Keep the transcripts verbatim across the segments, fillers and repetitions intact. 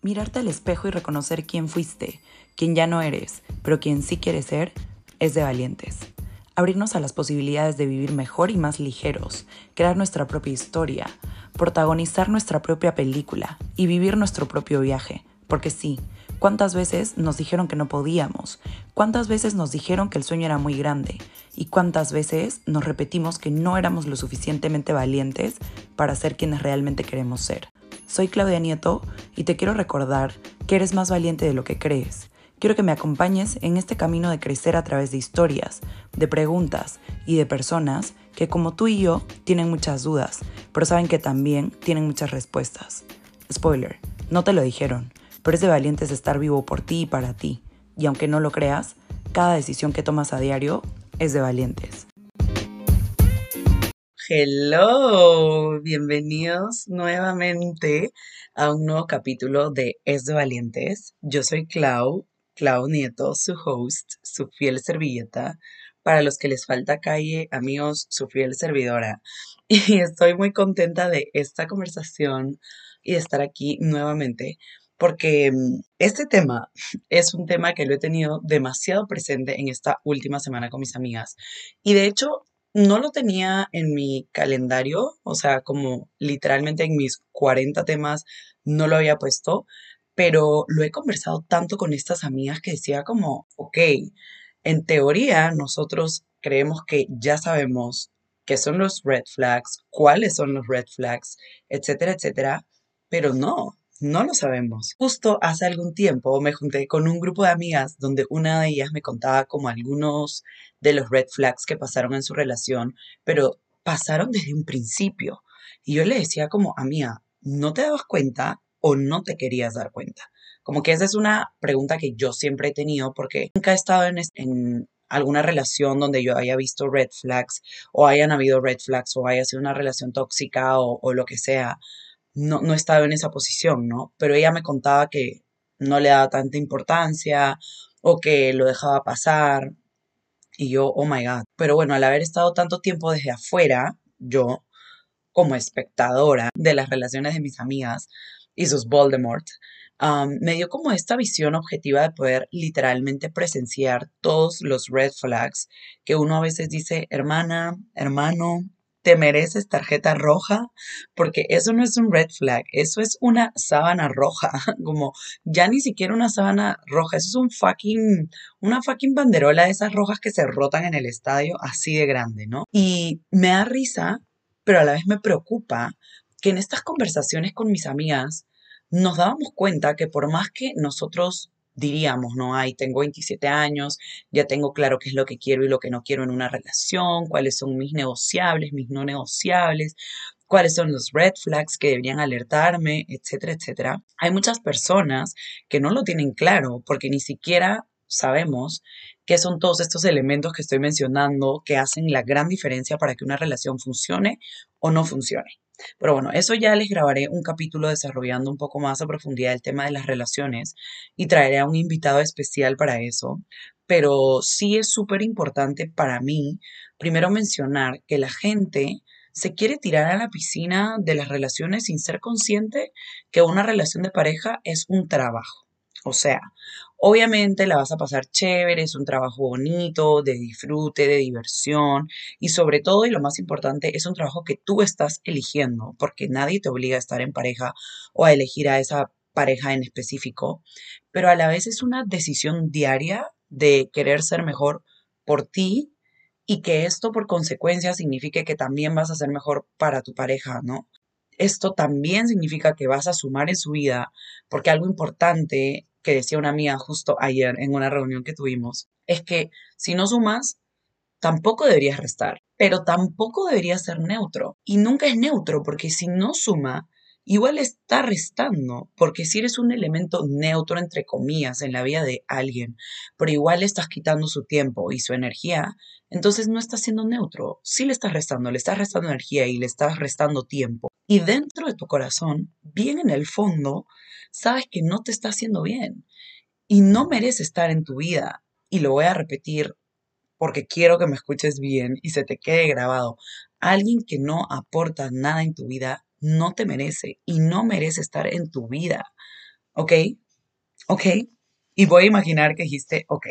Mirarte al espejo y reconocer quién fuiste, quién ya no eres, pero quién sí quieres ser, es de valientes. Abrirnos a las posibilidades de vivir mejor y más ligeros, crear nuestra propia historia, protagonizar nuestra propia película y vivir nuestro propio viaje. Porque sí, ¿cuántas veces nos dijeron que no podíamos? ¿Cuántas veces nos dijeron que el sueño era muy grande? ¿Y cuántas veces nos repetimos que no éramos lo suficientemente valientes para ser quienes realmente queremos ser? Soy Claudia Nieto y te quiero recordar que eres más valiente de lo que crees. Quiero que me acompañes en este camino de crecer a través de historias, de preguntas y de personas que, como tú y yo, tienen muchas dudas, pero saben que también tienen muchas respuestas. Spoiler, no te lo dijeron, pero es de valientes estar vivo por ti y para ti. Y aunque no lo creas, cada decisión que tomas a diario es de valientes. Hello, bienvenidos nuevamente a un nuevo capítulo de Es de Valientes. Yo soy Clau, Clau Nieto, su host, su fiel servilleta. Para los que les falta calle, amigos, su fiel servidora. Y estoy muy contenta de esta conversación y de estar aquí nuevamente, porque mm, este tema es un tema que lo he tenido demasiado presente en esta última semana con mis amigas. Y de hecho, no lo tenía en mi calendario, o sea, como literalmente en mis cuarenta temas no lo había puesto, pero lo he conversado tanto con estas amigas que decía como, ok, en teoría nosotros creemos que ya sabemos qué son los red flags, cuáles son los red flags, etcétera, etcétera, pero no. No lo sabemos. Justo hace algún tiempo me junté con un grupo de amigas donde una de ellas me contaba como algunos de los red flags que pasaron en su relación, pero pasaron desde un principio. Y yo le decía como, amiga, ¿no te dabas cuenta o no te querías dar cuenta? Como que esa es una pregunta que yo siempre he tenido porque nunca he estado en, es- en alguna relación donde yo haya visto red flags o hayan habido red flags o haya sido una relación tóxica o, o lo que sea. No, no he estado en esa posición, ¿no? Pero ella me contaba que no le daba tanta importancia o que lo dejaba pasar. Y yo, oh my God. Pero bueno, al haber estado tanto tiempo desde afuera, yo, como espectadora de las relaciones de mis amigas y sus Voldemort, um, me dio como esta visión objetiva de poder literalmente presenciar todos los red flags que uno a veces dice, hermana, hermano, te mereces tarjeta roja, porque eso no es un red flag, eso es una sábana roja, como ya ni siquiera una sábana roja, eso es un fucking, una fucking banderola de esas rojas que se rotan en el estadio así de grande, ¿no? Y me da risa, pero a la vez me preocupa que en estas conversaciones con mis amigas nos dábamos cuenta que por más que nosotros diríamos, no, ay, tengo veintisiete años, ya tengo claro qué es lo que quiero y lo que no quiero en una relación, cuáles son mis negociables, mis no negociables, cuáles son los red flags que deberían alertarme, etcétera, etcétera. Hay muchas personas que no lo tienen claro porque ni siquiera sabemos qué son todos estos elementos que estoy mencionando que hacen la gran diferencia para que una relación funcione o no funcione. Pero bueno, eso ya les grabaré un capítulo desarrollando un poco más a profundidad el tema de las relaciones y traeré a un invitado especial para eso. Pero sí es súper importante para mí, primero mencionar que la gente se quiere tirar a la piscina de las relaciones sin ser consciente que una relación de pareja es un trabajo. O sea, obviamente la vas a pasar chévere, es un trabajo bonito, de disfrute, de diversión y sobre todo, y lo más importante, es un trabajo que tú estás eligiendo porque nadie te obliga a estar en pareja o a elegir a esa pareja en específico, pero a la vez es una decisión diaria de querer ser mejor por ti y que esto por consecuencia signifique que también vas a ser mejor para tu pareja, ¿no? Esto también significa que vas a sumar en su vida, porque algo importante que decía una amiga justo ayer en una reunión que tuvimos, es que si no sumas, tampoco deberías restar, pero tampoco deberías ser neutro. Y nunca es neutro, porque si no suma, igual está restando, porque si eres un elemento neutro, entre comillas, en la vida de alguien, pero igual le estás quitando su tiempo y su energía, entonces no estás siendo neutro. Sí le estás restando, le estás restando energía y le estás restando tiempo. Y dentro de tu corazón, bien en el fondo, sabes que no te está haciendo bien y no mereces estar en tu vida. Y lo voy a repetir porque quiero que me escuches bien y se te quede grabado. Alguien que no aporta nada en tu vida no te merece y no merece estar en tu vida. ¿ok? ¿Ok? Y voy a imaginar que dijiste, ok.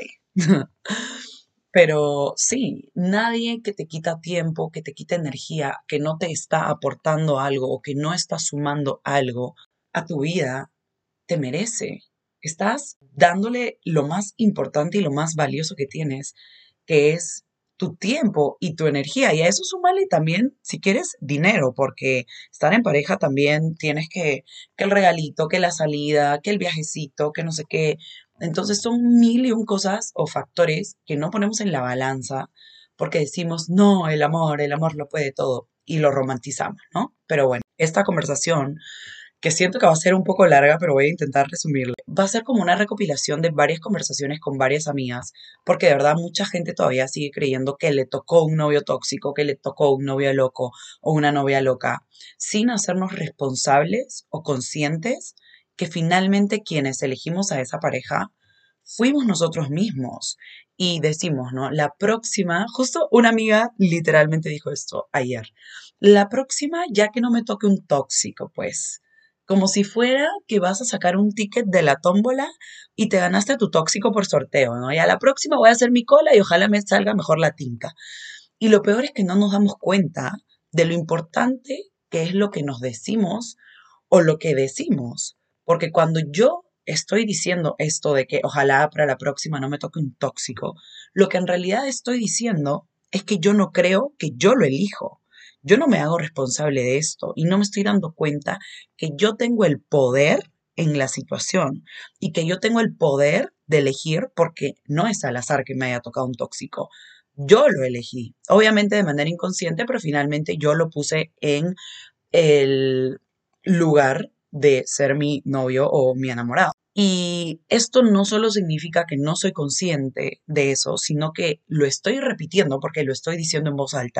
Pero sí, nadie que te quita tiempo, que te quita energía, que no te está aportando algo o que no está sumando algo a tu vida, te merece. Estás dándole lo más importante y lo más valioso que tienes, que es tu tiempo y tu energía. Y a eso súmale también, si quieres, dinero, porque estar en pareja también tienes que, que el regalito, que la salida, que el viajecito, que no sé qué. Entonces son mil y un cosas o factores que no ponemos en la balanza porque decimos, no, el amor, el amor lo puede todo y lo romantizamos, ¿no? Pero bueno, esta conversación que siento que va a ser un poco larga, pero voy a intentar resumirla. Va a ser como una recopilación de varias conversaciones con varias amigas, porque de verdad mucha gente todavía sigue creyendo que le tocó un novio tóxico, que le tocó un novio loco o una novia loca, sin hacernos responsables o conscientes que finalmente quienes elegimos a esa pareja fuimos nosotros mismos. Y decimos, ¿no? La próxima, justo una amiga literalmente dijo esto ayer, la próxima ya que no me toque un tóxico, pues como si fuera que vas a sacar un ticket de la tómbola y te ganaste tu tóxico por sorteo, ¿no? Y a la próxima voy a hacer mi cola y ojalá me salga mejor la tinca. Y lo peor es que no nos damos cuenta de lo importante que es lo que nos decimos o lo que decimos. Porque cuando yo estoy diciendo esto de que ojalá para la próxima no me toque un tóxico, lo que en realidad estoy diciendo es que yo no creo que yo lo elijo. Yo no me hago responsable de esto y no me estoy dando cuenta que yo tengo el poder en la situación y que yo tengo el poder de elegir porque no es al azar que me haya tocado un tóxico. Yo lo elegí, obviamente de manera inconsciente, pero finalmente yo lo puse en el lugar de ser mi novio o mi enamorado. Y esto no solo significa que no soy consciente de eso, sino que lo estoy repitiendo porque lo estoy diciendo en voz alta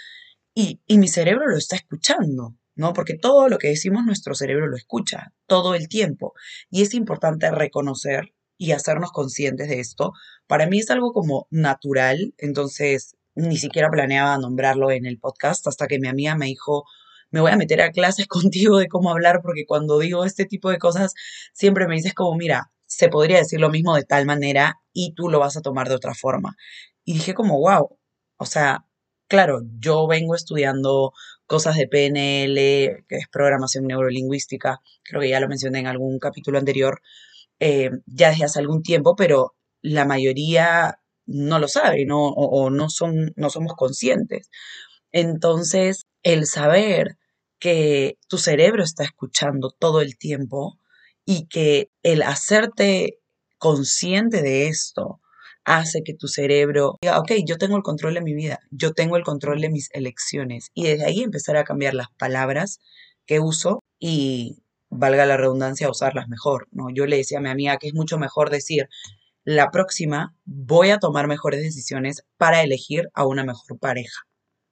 y, y mi cerebro lo está escuchando, ¿no? Porque todo lo que decimos nuestro cerebro lo escucha todo el tiempo. Y es importante reconocer y hacernos conscientes de esto. Para mí es algo como natural, entonces ni siquiera planeaba nombrarlo en el podcast hasta que mi amiga me dijo, me voy a meter a clases contigo de cómo hablar, porque cuando digo este tipo de cosas, siempre me dices como, mira, se podría decir lo mismo de tal manera y tú lo vas a tomar de otra forma. Y dije como, wow, o sea, claro, yo vengo estudiando cosas de P N L, que es programación neurolingüística, creo que ya lo mencioné en algún capítulo anterior, eh, ya desde hace algún tiempo, pero la mayoría no lo sabe, ¿no? O, o no son, no somos conscientes. Entonces, el saber que tu cerebro está escuchando todo el tiempo y que el hacerte consciente de esto hace que tu cerebro diga, ok, yo tengo el control de mi vida, yo tengo el control de mis elecciones y desde ahí empezar a cambiar las palabras que uso y valga la redundancia, usarlas mejor, ¿no? Yo le decía a mi amiga que es mucho mejor decir, la próxima voy a tomar mejores decisiones para elegir a una mejor pareja.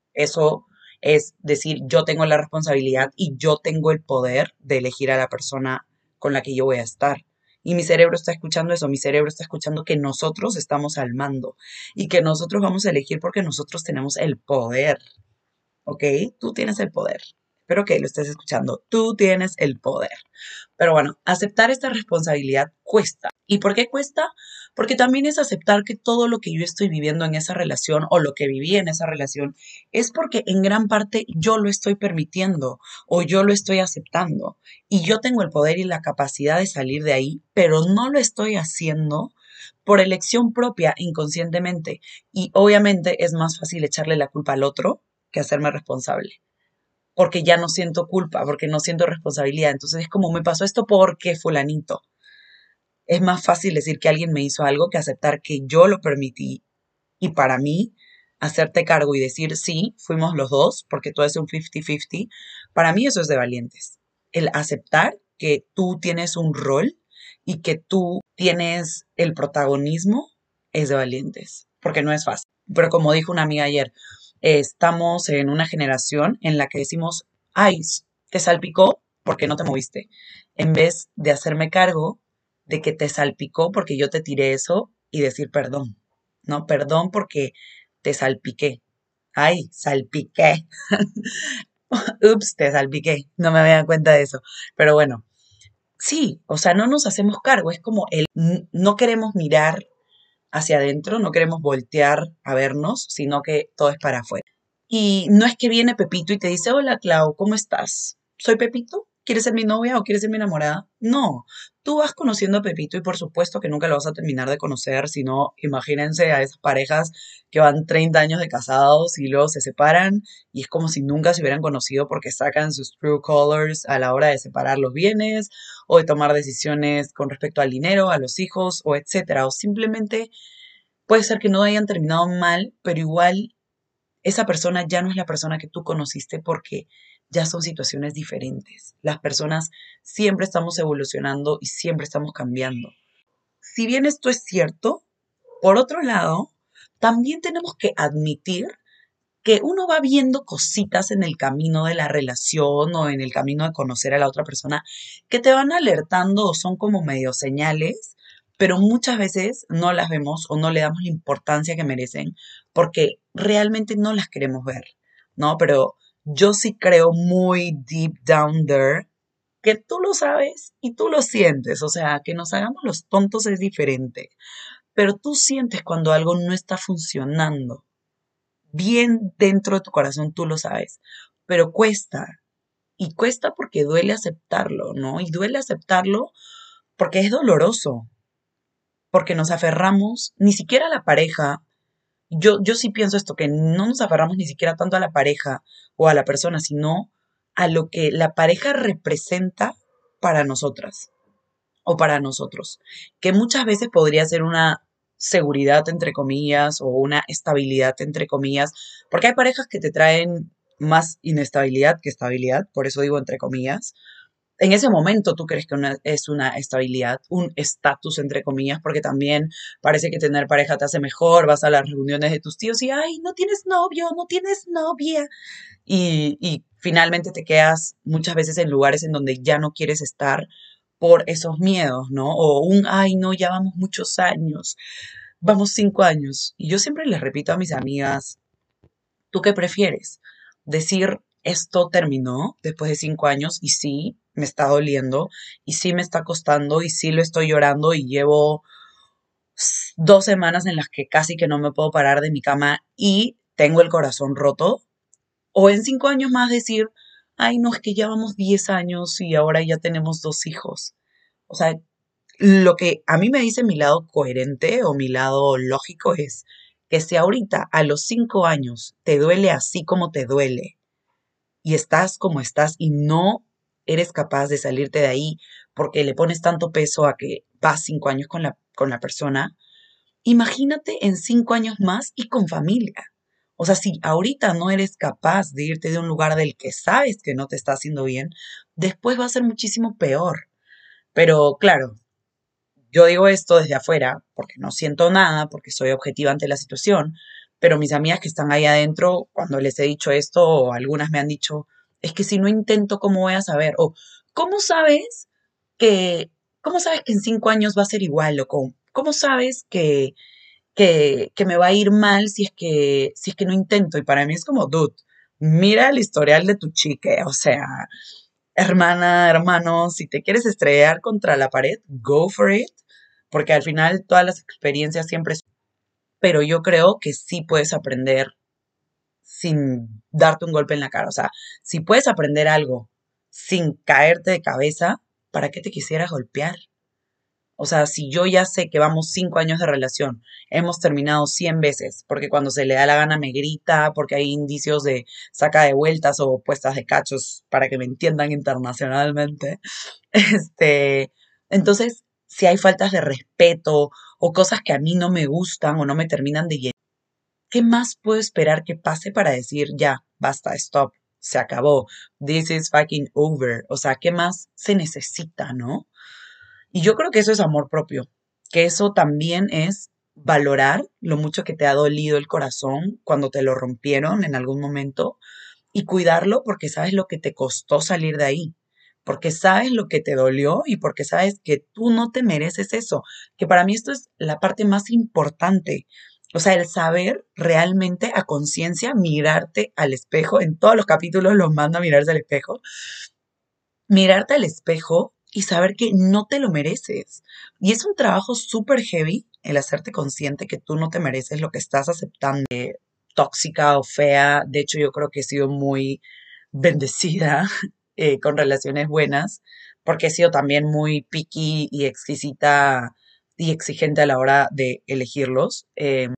Eso es decir, yo tengo la responsabilidad y yo tengo el poder de elegir a la persona con la que yo voy a estar. Y mi cerebro está escuchando eso, mi cerebro está escuchando que nosotros estamos al mando y que nosotros vamos a elegir porque nosotros tenemos el poder. ¿Ok? Tú tienes el poder. Espero que lo estés escuchando. Tú tienes el poder. Pero bueno, aceptar esta responsabilidad cuesta. ¿Y por qué cuesta? Porque también es aceptar que todo lo que yo estoy viviendo en esa relación o lo que viví en esa relación es porque en gran parte yo lo estoy permitiendo o yo lo estoy aceptando. Y yo tengo el poder y la capacidad de salir de ahí, pero no lo estoy haciendo por elección propia, inconscientemente. Y obviamente es más fácil echarle la culpa al otro que hacerme responsable, porque ya no siento culpa, porque no siento responsabilidad. Entonces es como me pasó esto porque fulanito. Es más fácil decir que alguien me hizo algo que aceptar que yo lo permití. Y para mí, hacerte cargo y decir sí, fuimos los dos, porque todo es un cincuenta cincuenta, para mí eso es de valientes. El aceptar que tú tienes un rol y que tú tienes el protagonismo es de valientes, porque no es fácil. Pero como dijo una amiga ayer, eh, estamos en una generación en la que decimos, ay, te salpicó porque no te moviste, en vez de hacerme cargo de que te salpicó porque yo te tiré eso y decir perdón, ¿no? Perdón porque te salpiqué. Ay, salpiqué. Ups, te salpiqué. No me había dado cuenta de eso. Pero bueno, sí, o sea, no nos hacemos cargo, es como el n- no queremos mirar hacia adentro, no queremos voltear a vernos, sino que todo es para afuera. Y no es que viene Pepito y te dice, hola Clau, ¿cómo estás? ¿Soy Pepito? ¿Quieres ser mi novia o quieres ser mi enamorada? No, tú vas conociendo a Pepito y por supuesto que nunca lo vas a terminar de conocer, sino imagínense a esas parejas que van treinta años de casados y luego se separan y es como si nunca se hubieran conocido porque sacan sus true colors a la hora de separar los bienes o de tomar decisiones con respecto al dinero, a los hijos o etcétera. O simplemente puede ser que no hayan terminado mal, pero igual esa persona ya no es la persona que tú conociste porque ya son situaciones diferentes. Las personas siempre estamos evolucionando y siempre estamos cambiando. Si bien esto es cierto, por otro lado, también tenemos que admitir que uno va viendo cositas en el camino de la relación o en el camino de conocer a la otra persona que te van alertando o son como medio señales, pero muchas veces no las vemos o no le damos la importancia que merecen porque realmente no las queremos ver, ¿no? Pero yo sí creo muy deep down there que tú lo sabes y tú lo sientes, o sea, que nos hagamos los tontos es diferente, pero tú sientes cuando algo no está funcionando bien dentro de tu corazón, tú lo sabes, pero cuesta. Y cuesta porque duele aceptarlo, ¿no? Y duele aceptarlo porque es doloroso, porque nos aferramos ni siquiera a la pareja. Yo, yo sí pienso esto, que no nos aferramos ni siquiera tanto a la pareja o a la persona, sino a lo que la pareja representa para nosotras o para nosotros, que muchas veces podría ser una seguridad entre comillas o una estabilidad entre comillas, porque hay parejas que te traen más inestabilidad que estabilidad, por eso digo entre comillas. En ese momento tú crees que una- es una estabilidad, un estatus entre comillas, porque también parece que tener pareja te hace mejor, vas a las reuniones de tus tíos y, ay, no tienes novio, no tienes novia, y, y finalmente te quedas muchas veces en lugares en donde ya no quieres estar por esos miedos, ¿no? O un, ay, no, ya vamos muchos años, vamos cinco años. Y yo siempre les repito a mis amigas, ¿tú qué prefieres? Decir, esto terminó después de cinco años y sí, me está doliendo y sí me está costando y sí lo estoy llorando y llevo s- dos semanas en las que casi que no me puedo parar de mi cama y tengo el corazón roto, o en cinco años más decir, ay, no, es que ya vamos diez años y ahora ya tenemos dos hijos. O sea, lo que a mí me dice mi lado coherente o mi lado lógico es que si ahorita a los cinco años te duele así como te duele y estás como estás y no eres capaz de salirte de ahí porque le pones tanto peso a que vas cinco años con la, con la persona, imagínate en cinco años más y con familia. O sea, si ahorita no eres capaz de irte de un lugar del que sabes que no te está haciendo bien, después va a ser muchísimo peor. Pero claro, yo digo esto desde afuera porque no siento nada, porque soy objetiva ante la situación, pero mis amigas que están ahí adentro, cuando les he dicho esto, o algunas me han dicho, es que si no intento, ¿cómo voy a saber? O, ¿cómo sabes que, cómo sabes que en cinco años va a ser igual? O, ¿cómo, cómo sabes que que, que me va a ir mal si es que, si es que no intento? Y para mí es como, dude, mira el historial de tu chique, o sea, hermana, hermano, si te quieres estrellar contra la pared, go for it, porque al final todas las experiencias siempre, pero yo creo que sí puedes aprender sin darte un golpe en la cara, o sea, si puedes aprender algo sin caerte de cabeza, ¿para qué te quisieras golpear? O sea, si yo ya sé que vamos cinco años de relación, hemos terminado cien veces, porque cuando se le da la gana me grita, porque hay indicios de saca de vueltas o puestas de cachos, para que me entiendan internacionalmente, este, entonces, si hay faltas de respeto o cosas que a mí no me gustan o no me terminan de llenar, ¿qué más puedo esperar que pase para decir ya, basta, stop, se acabó, this is fucking over? O sea, ¿qué más se necesita, no? Y yo creo que eso es amor propio, que eso también es valorar lo mucho que te ha dolido el corazón cuando te lo rompieron en algún momento y cuidarlo porque sabes lo que te costó salir de ahí, porque sabes lo que te dolió y porque sabes que tú no te mereces eso, que para mí esto es la parte más importante. O sea, el saber realmente a conciencia mirarte al espejo, en todos los capítulos los manda a mirarse al espejo, mirarte al espejo y saber que no te lo mereces. Y es un trabajo súper heavy el hacerte consciente que tú no te mereces lo que estás aceptando, eh, tóxica o fea. De hecho, yo creo que he sido muy bendecida eh, con relaciones buenas, porque he sido también muy picky y exquisita y exigente a la hora de elegirlos. Eh,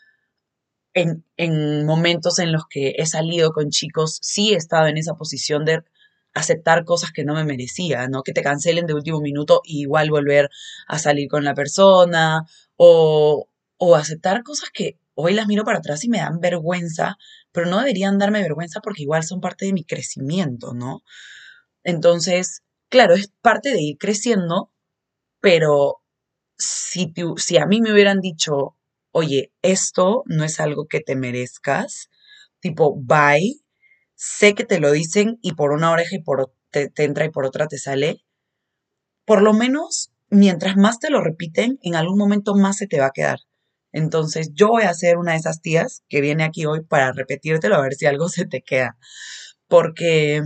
en, en momentos en los que he salido con chicos, sí he estado en esa posición de aceptar cosas que no me merecía, ¿no? Que te cancelen de último minuto y igual volver a salir con la persona o, o aceptar cosas que hoy las miro para atrás y me dan vergüenza, pero no deberían darme vergüenza porque igual son parte de mi crecimiento, ¿no? Entonces, claro, es parte de ir creciendo, pero si, tú- si a mí me hubieran dicho, oye, esto no es algo que te merezcas, tipo, bye, sé que te lo dicen y por una oreja y por o- te, te entra y por otra te sale, por lo menos mientras más te lo repiten, en algún momento más se te va a quedar. Entonces, yo voy a ser una de esas tías que viene aquí hoy para repetírtelo a ver si algo se te queda. Porque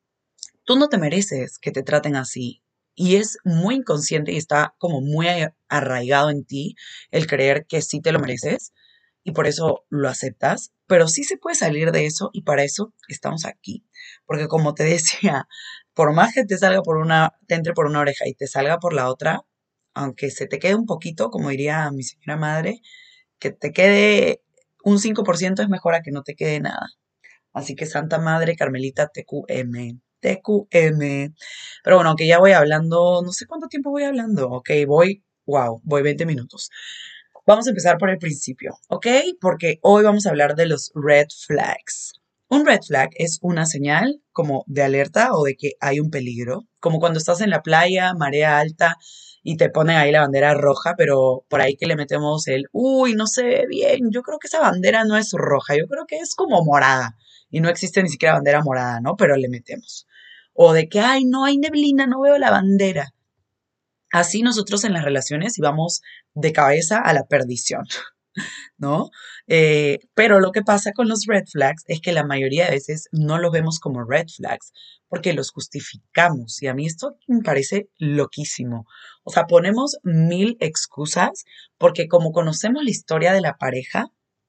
tú no te mereces que te traten así. Y es muy inconsciente y está como muy a- arraigado en ti el creer que sí te lo mereces y por eso lo aceptas, pero sí se puede salir de eso y para eso estamos aquí. Porque como te decía, por más que te salga por una, te entre por una oreja y te salga por la otra, aunque se te quede un poquito, como diría mi señora madre, que te quede un cinco por ciento es mejor a que no te quede nada. Así que Santa Madre Carmelita T Q M. T Q M. Pero bueno, que ya voy hablando, no sé cuánto tiempo voy hablando. Ok, voy, wow, voy veinte minutos. Vamos a empezar por el principio, ¿ok? Porque hoy vamos a hablar de los red flags. Un red flag es una señal como de alerta o de que hay un peligro, como cuando estás en la playa, marea alta y te ponen ahí la bandera roja, pero por ahí que le metemos el, uy, no se ve bien, yo creo que esa bandera no es roja, yo creo que es como morada y no existe ni siquiera bandera morada, ¿no? Pero le metemos. O de que, ay, no hay neblina, no veo la bandera. Así nosotros en las relaciones íbamos de cabeza a la perdición. ¿No? Eh, pero lo que pasa con los red flags es que la mayoría de veces no los vemos como red flags porque los justificamos. Y a mí esto me parece loquísimo. O sea, ponemos mil excusas porque como conocemos la historia de la pareja,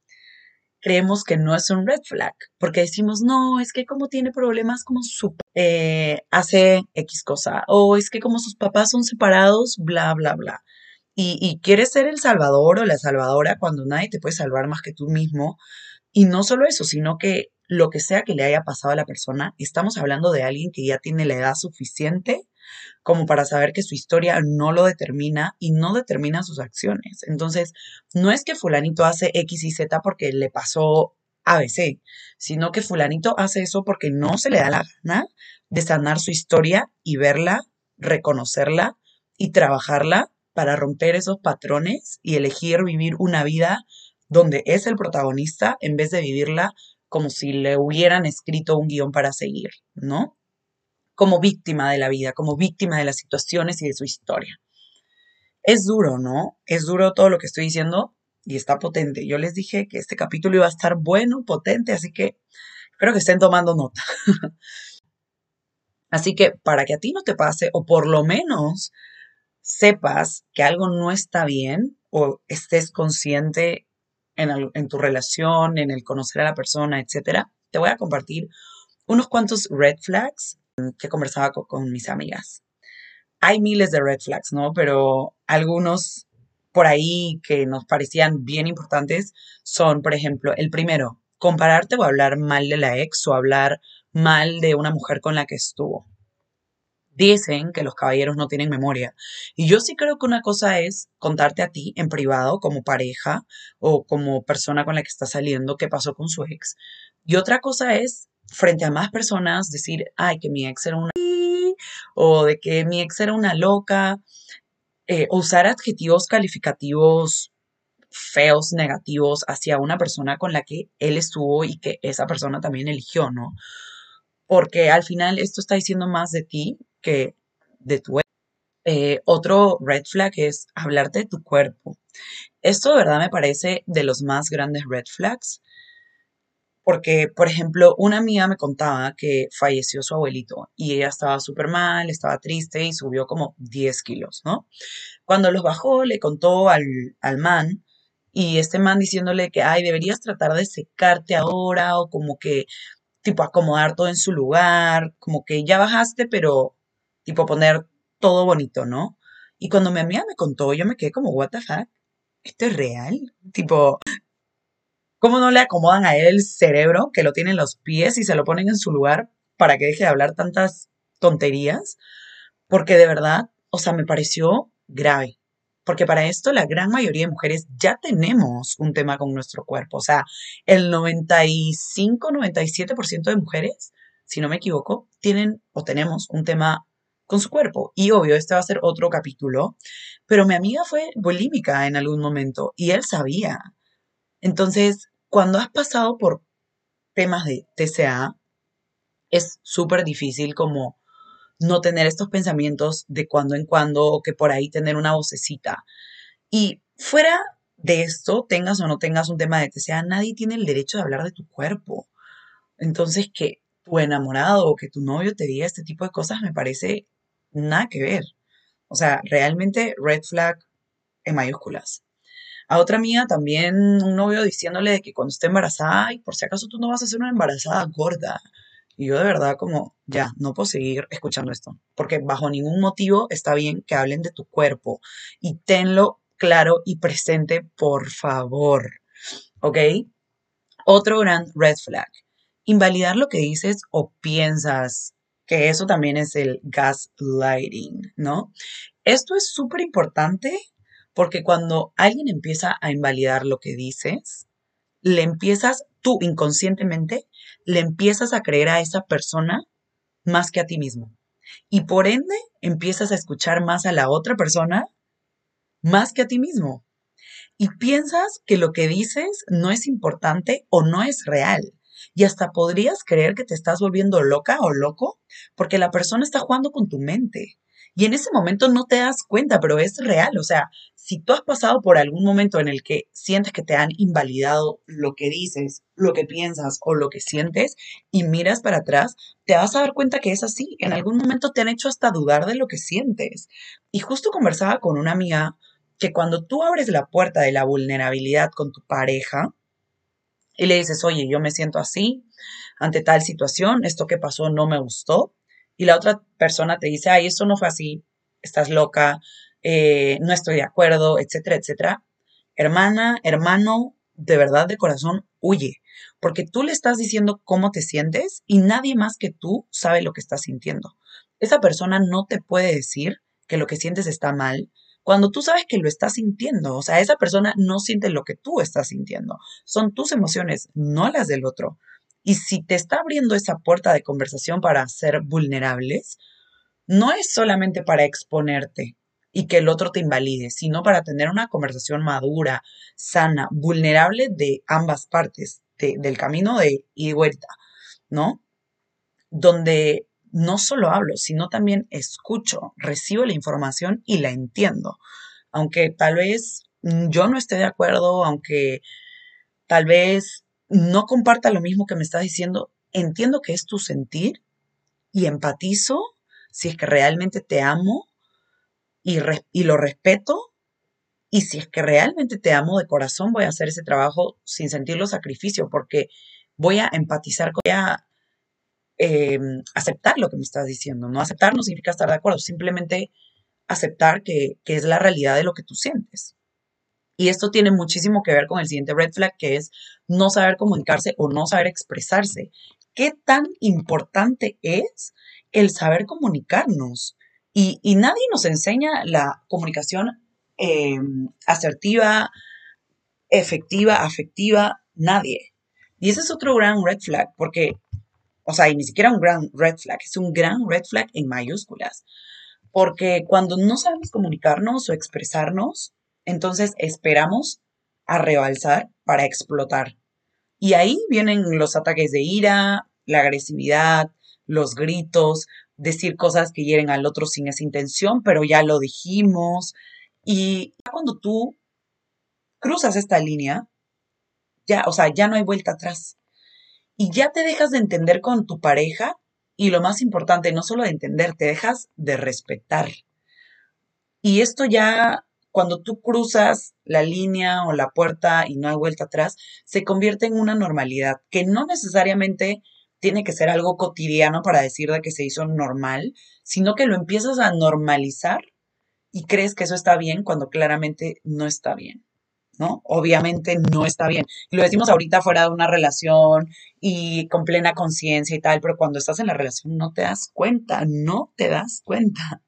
creemos que no es un red flag, porque decimos, no, es que como tiene problemas como su, eh, hace X cosa, o es que como sus papás son separados, bla, bla, bla. Y, y quieres ser el salvador o la salvadora cuando nadie te puede salvar más que tú mismo. Y no solo eso, sino que lo que sea que le haya pasado a la persona, estamos hablando de alguien que ya tiene la edad suficiente como para saber que su historia no lo determina y no determina sus acciones. Entonces, no es que fulanito hace X y Z porque le pasó A B C, sino que fulanito hace eso porque no se le da la gana de sanar su historia y verla, reconocerla y trabajarla para romper esos patrones y elegir vivir una vida donde es el protagonista en vez de vivirla como si le hubieran escrito un guión para seguir, ¿no? Como víctima de la vida, como víctima de las situaciones y de su historia. Es duro, ¿no? Es duro todo lo que estoy diciendo y está potente. Yo les dije que este capítulo iba a estar bueno, potente, así que espero que estén tomando nota. Así que para que a ti no te pase, o por lo menos sepas que algo no está bien, o estés consciente en, al- en tu relación, en el conocer a la persona, etcétera, te voy a compartir unos cuantos red flags que conversaba co- con mis amigas. Hay miles de red flags, ¿no? Pero algunos por ahí que nos parecían bien importantes son, por ejemplo, el primero, compararte o hablar mal de la ex o hablar mal de una mujer con la que estuvo. Dicen que los caballeros no tienen memoria. Y yo sí creo que una cosa es contarte a ti en privado como pareja o como persona con la que estás saliendo qué pasó con su ex. Y otra cosa es frente a más personas decir, ay, que mi ex era una o de que mi ex era una loca, eh, usar adjetivos calificativos feos, negativos hacia una persona con la que él estuvo y que esa persona también eligió, ¿no? Porque al final esto está diciendo más de ti que de tu ex. Eh, otro red flag es hablarte de tu cuerpo. Esto de verdad me parece de los más grandes red flags Porque, por ejemplo, una amiga me contaba que falleció su abuelito y ella estaba súper mal, estaba triste y subió como diez kilos, ¿no? Cuando los bajó, le contó al, al man y este man diciéndole que, ay, deberías tratar de secarte ahora o como que, tipo, acomodar todo en su lugar, como que ya bajaste, pero, tipo, poner todo bonito, ¿no? Y cuando mi amiga me contó, yo me quedé como, what the fuck, ¿esto es real? Tipo, ¿cómo no le acomodan a él el cerebro, que lo tiene en los pies y se lo ponen en su lugar para que deje de hablar tantas tonterías? Porque de verdad, o sea, me pareció grave. Porque para esto la gran mayoría de mujeres ya tenemos un tema con nuestro cuerpo. O sea, el noventa y cinco, noventa y siete por ciento de mujeres, si no me equivoco, tienen o tenemos un tema con su cuerpo. Y obvio, este va a ser otro capítulo. Pero mi amiga fue bulímica en algún momento y él sabía. Entonces, cuando has pasado por temas de T C A, es súper difícil como no tener estos pensamientos de cuando en cuando o que por ahí tener una vocecita. Y fuera de esto, tengas o no tengas un tema de T C A, nadie tiene el derecho de hablar de tu cuerpo. Entonces, que tu enamorado o que tu novio te diga este tipo de cosas me parece nada que ver. O sea, realmente red flag en mayúsculas. A otra mía también un novio diciéndole de que cuando esté embarazada, y por si acaso tú no vas a ser una embarazada gorda. Y yo de verdad como, ya, no puedo seguir escuchando esto, porque bajo ningún motivo está bien que hablen de tu cuerpo. Y tenlo claro y presente, por favor, ¿ok? Otro gran red flag, invalidar lo que dices o piensas, que eso también es el gaslighting, ¿no? Esto es súper importante porque cuando alguien empieza a invalidar lo que dices, le empiezas, tú inconscientemente, le empiezas a creer a esa persona más que a ti mismo. Y por ende, empiezas a escuchar más a la otra persona más que a ti mismo. Y piensas que lo que dices no es importante o no es real. Y hasta podrías creer que te estás volviendo loca o loco porque la persona está jugando con tu mente. Y en ese momento no te das cuenta, pero es real. O sea, si tú has pasado por algún momento en el que sientes que te han invalidado lo que dices, lo que piensas o lo que sientes y miras para atrás, te vas a dar cuenta que es así. En algún momento te han hecho hasta dudar de lo que sientes. Y justo conversaba con una amiga que cuando tú abres la puerta de la vulnerabilidad con tu pareja y le dices, oye, yo me siento así ante tal situación, esto que pasó no me gustó, y la otra persona te dice, ay, eso no fue así, estás loca, eh, no estoy de acuerdo, etcétera, etcétera. Hermana, hermano, de verdad, de corazón, huye, porque tú le estás diciendo cómo te sientes y nadie más que tú sabe lo que estás sintiendo. Esa persona no te puede decir que lo que sientes está mal cuando tú sabes que lo estás sintiendo. O sea, esa persona no siente lo que tú estás sintiendo. Son tus emociones, no las del otro. Y si te está abriendo esa puerta de conversación para ser vulnerables, no es solamente para exponerte y que el otro te invalide, sino para tener una conversación madura, sana, vulnerable de ambas partes, de- del camino de ida y vuelta, ¿no? Donde no solo hablo, sino también escucho, recibo la información y la entiendo. Aunque tal vez mm, yo no esté de acuerdo, aunque tal vez no comparta lo mismo que me estás diciendo, entiendo que es tu sentir y empatizo si es que realmente te amo y, res- y lo respeto. Y si es que realmente te amo de corazón, voy a hacer ese trabajo sin sentir los sacrificios, porque voy a empatizar, voy a eh, aceptar lo que me estás diciendo. No aceptar no significa estar de acuerdo, simplemente aceptar que, que es la realidad de lo que tú sientes. Y esto tiene muchísimo que ver con el siguiente red flag, que es no saber comunicarse o no saber expresarse. ¿Qué tan importante es el saber comunicarnos? Y, y nadie nos enseña la comunicación eh, asertiva, efectiva, afectiva, nadie. Y ese es otro gran red flag, porque, o sea, y ni siquiera un gran red flag, es un gran red flag en mayúsculas. Porque cuando no sabemos comunicarnos o expresarnos, entonces esperamos a rebalsar para explotar. Y ahí vienen los ataques de ira, la agresividad, los gritos, decir cosas que hieren al otro sin esa intención, pero ya lo dijimos. Y cuando tú cruzas esta línea, ya, o sea, ya no hay vuelta atrás. y ya te dejas de entender con tu pareja y lo más importante, no solo de entender, te dejas de respetar. Y esto ya, cuando tú cruzas la línea o la puerta y no hay vuelta atrás, se convierte en una normalidad, que no necesariamente tiene que ser algo cotidiano para decir de que se hizo normal, sino que lo empiezas a normalizar y crees que eso está bien cuando claramente no está bien, ¿no? Obviamente no está bien. Y lo decimos ahorita fuera de una relación y con plena conciencia y tal, pero cuando estás en la relación no te das cuenta, no te das cuenta.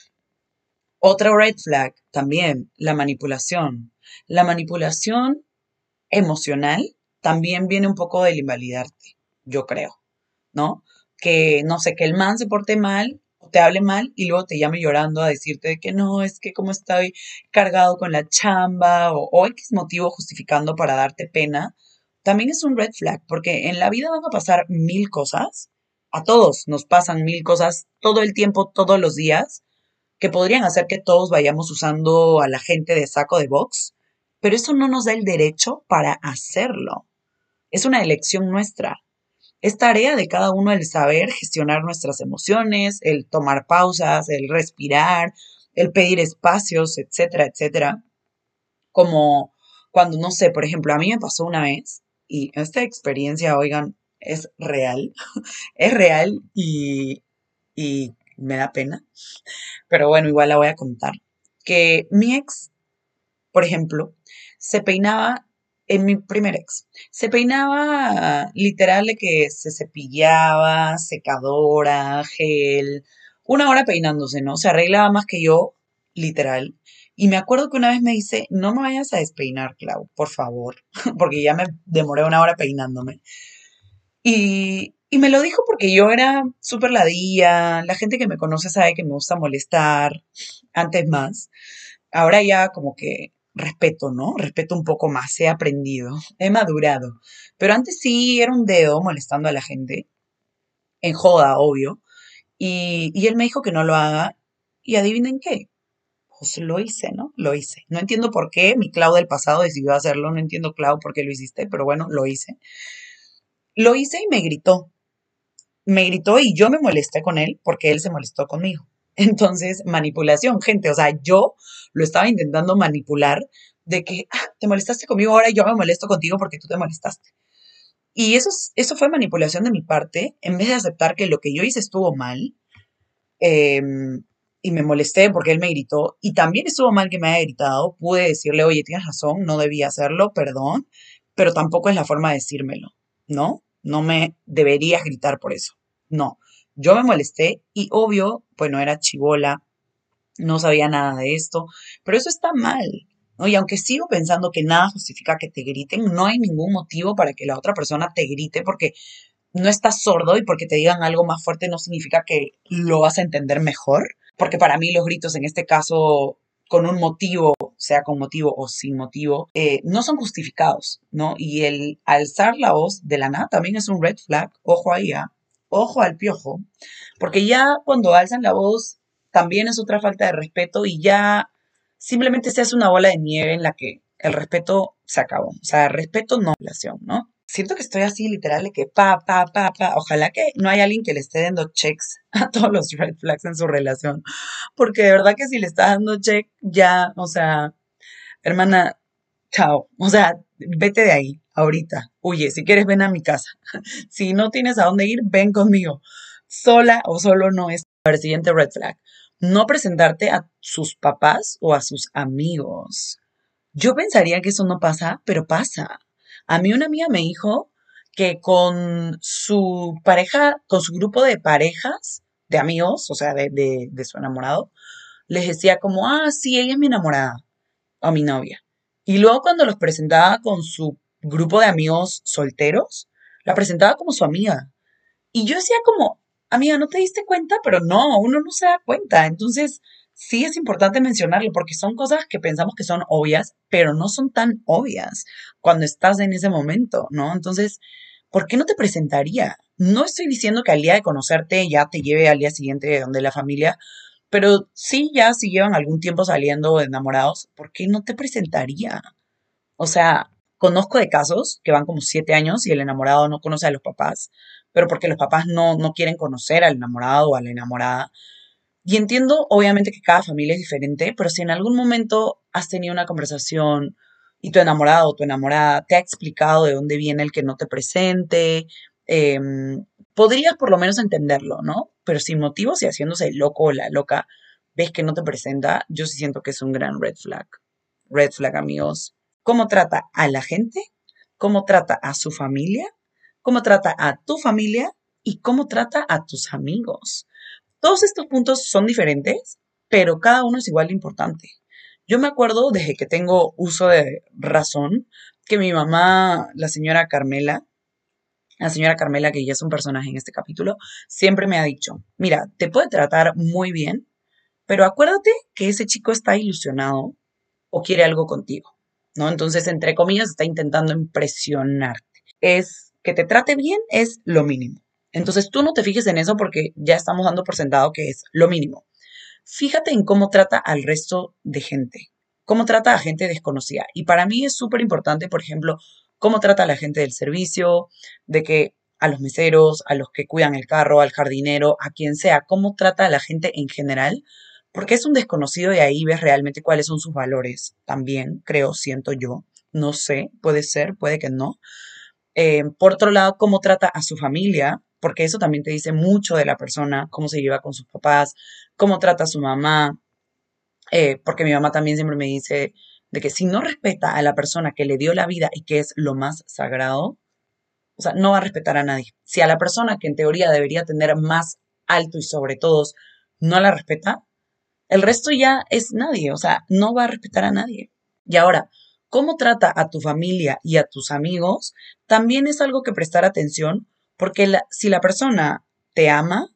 Otra red flag también, la manipulación. La manipulación emocional también viene un poco del invalidarte, yo creo, ¿no? Que, no sé, que el man se porte mal o te hable mal y luego te llame llorando a decirte de que no, es que como estoy cargado con la chamba o, o X motivo justificando para darte pena, también es un red flag, porque en la vida van a pasar mil cosas, a todos nos pasan mil cosas todo el tiempo, todos los días, que podrían hacer que todos vayamos usando a la gente de saco de box, pero eso no nos da el derecho para hacerlo. Es una elección nuestra. Es tarea de cada uno el saber gestionar nuestras emociones, el tomar pausas, el respirar, el pedir espacios, etcétera, etcétera. Como cuando, no sé, por ejemplo, a mí me pasó una vez, y esta experiencia, oigan, es real, es real y, y me da pena, pero bueno, igual la voy a contar. Que mi ex, por ejemplo, se peinaba, en mi primer ex, se peinaba literal de que se cepillaba, secadora, gel, una hora peinándose, ¿no? Se arreglaba más que yo, literal. Y me acuerdo que una vez me dice, no me vayas a despeinar, Clau, por favor, porque ya me demoré una hora peinándome. Y, y me lo dijo porque yo era súper ladilla, la gente que me conoce sabe que me gusta molestar, antes más. Ahora ya como que respeto, ¿no? Respeto un poco más, he aprendido, he madurado. Pero antes sí era un dedo molestando a la gente, en joda, obvio. Y, y él me dijo que no lo haga. Y adivinen qué, pues lo hice, ¿no? Lo hice. No entiendo por qué, mi Clau del pasado decidió hacerlo, no entiendo, Clau, por qué lo hiciste, pero bueno, lo hice. Lo hice y me gritó. Me gritó y yo me molesté con él porque él se molestó conmigo. Entonces, manipulación, gente, o sea, yo lo estaba intentando manipular de que ah, te molestaste conmigo, ahora yo me molesto contigo porque tú te molestaste. Y eso, eso fue manipulación de mi parte, en vez de aceptar que lo que yo hice estuvo mal, eh, y me molesté porque él me gritó, y también estuvo mal que me haya gritado, pude decirle, oye, tienes razón, no debía hacerlo, perdón, pero tampoco es la forma de decírmelo, ¿no? No me deberías gritar por eso. No, yo me molesté y obvio, bueno, era chibola, no sabía nada de esto, pero eso está mal, ¿no? Y aunque sigo pensando que nada justifica que te griten, no hay ningún motivo para que la otra persona te grite porque no estás sordo y porque te digan algo más fuerte no significa que lo vas a entender mejor, porque para mí los gritos en este caso con un motivo, sea con motivo o sin motivo, eh, no son justificados, ¿no? Y el alzar la voz de la nada también es un red flag, ojo ahí, ¿ah? Ojo al piojo, porque ya cuando alzan la voz también es otra falta de respeto y ya simplemente se hace una bola de nieve en la que el respeto se acabó. O sea, respeto no relación, ¿no? Siento que estoy así literal de que pa, pa, pa, pa. Ojalá que no haya alguien que le esté dando checks a todos los red flags en su relación. Porque de verdad que si le está dando check, ya, o sea, hermana, chao. O sea, vete de ahí, ahorita. Huye, si quieres ven a mi casa. Si no tienes a dónde ir, ven conmigo. Sola o solo no es. A ver, siguiente red flag. No presentarte a sus papás o a sus amigos. Yo pensaría que eso no pasa, pero pasa. A mí una amiga me dijo que con su pareja, con su grupo de parejas, de amigos, o sea, de, de, de su enamorado, les decía como, ah, sí, ella es mi enamorada o mi novia. Y luego cuando los presentaba con su grupo de amigos solteros, la presentaba como su amiga. Y yo decía como, amiga, ¿no te diste cuenta? Pero no, uno no se da cuenta. Entonces, sí es importante mencionarlo porque son cosas que pensamos que son obvias, pero no son tan obvias cuando estás en ese momento, ¿no? Entonces, ¿por qué no te presentaría? No estoy diciendo que al día de conocerte ya te lleve al día siguiente de donde la familia, pero sí ya si llevan algún tiempo saliendo enamorados, ¿por qué no te presentaría? O sea, Conozco de casos que van como siete años y el enamorado no conoce a los papás, pero porque los papás no, no quieren conocer al enamorado o a la enamorada. Y entiendo, obviamente, que cada familia es diferente, pero si en algún momento has tenido una conversación y tu enamorado o tu enamorada te ha explicado de dónde viene el que no te presente, em, podrías por lo menos entenderlo, ¿no? Pero sin motivos y haciéndose el loco o la loca, ves que no te presenta, yo sí siento que es un gran red flag. Red flag, amigos. ¿Cómo trata a la gente? ¿Cómo trata a su familia? ¿Cómo trata a tu familia? ¿Y cómo trata a tus amigos? Todos estos puntos son diferentes, pero cada uno es igual de importante. Yo me acuerdo desde que tengo uso de razón que mi mamá, la señora Carmela, la señora Carmela, que ya es un personaje en este capítulo, siempre me ha dicho, mira, te puede tratar muy bien, pero acuérdate que ese chico está ilusionado o quiere algo contigo, ¿no? Entonces, entre comillas, está intentando impresionarte. Es que te trate bien es lo mínimo. Entonces, tú no te fijes en eso porque ya estamos dando por sentado que es lo mínimo. Fíjate en cómo trata al resto de gente, cómo trata a gente desconocida. Y para mí es súper importante, por ejemplo, cómo trata a la gente del servicio, de que a los meseros, a los que cuidan el carro, al jardinero, a quien sea, cómo trata a la gente en general, porque es un desconocido y ahí ves realmente cuáles son sus valores también, creo, siento yo. No sé, puede ser, puede que no. Eh, por otro lado, cómo trata a su familia, porque eso también te dice mucho de la persona, cómo se lleva con sus papás, cómo trata a su mamá, eh, porque mi mamá también siempre me dice de que si no respeta a la persona que le dio la vida y que es lo más sagrado, o sea, no va a respetar a nadie. Si a la persona que en teoría debería tener más alto y sobre todos no la respeta, el resto ya es nadie, o sea, no va a respetar a nadie. Y ahora, cómo trata a tu familia y a tus amigos también es algo que prestar atención, porque la- si la persona te ama,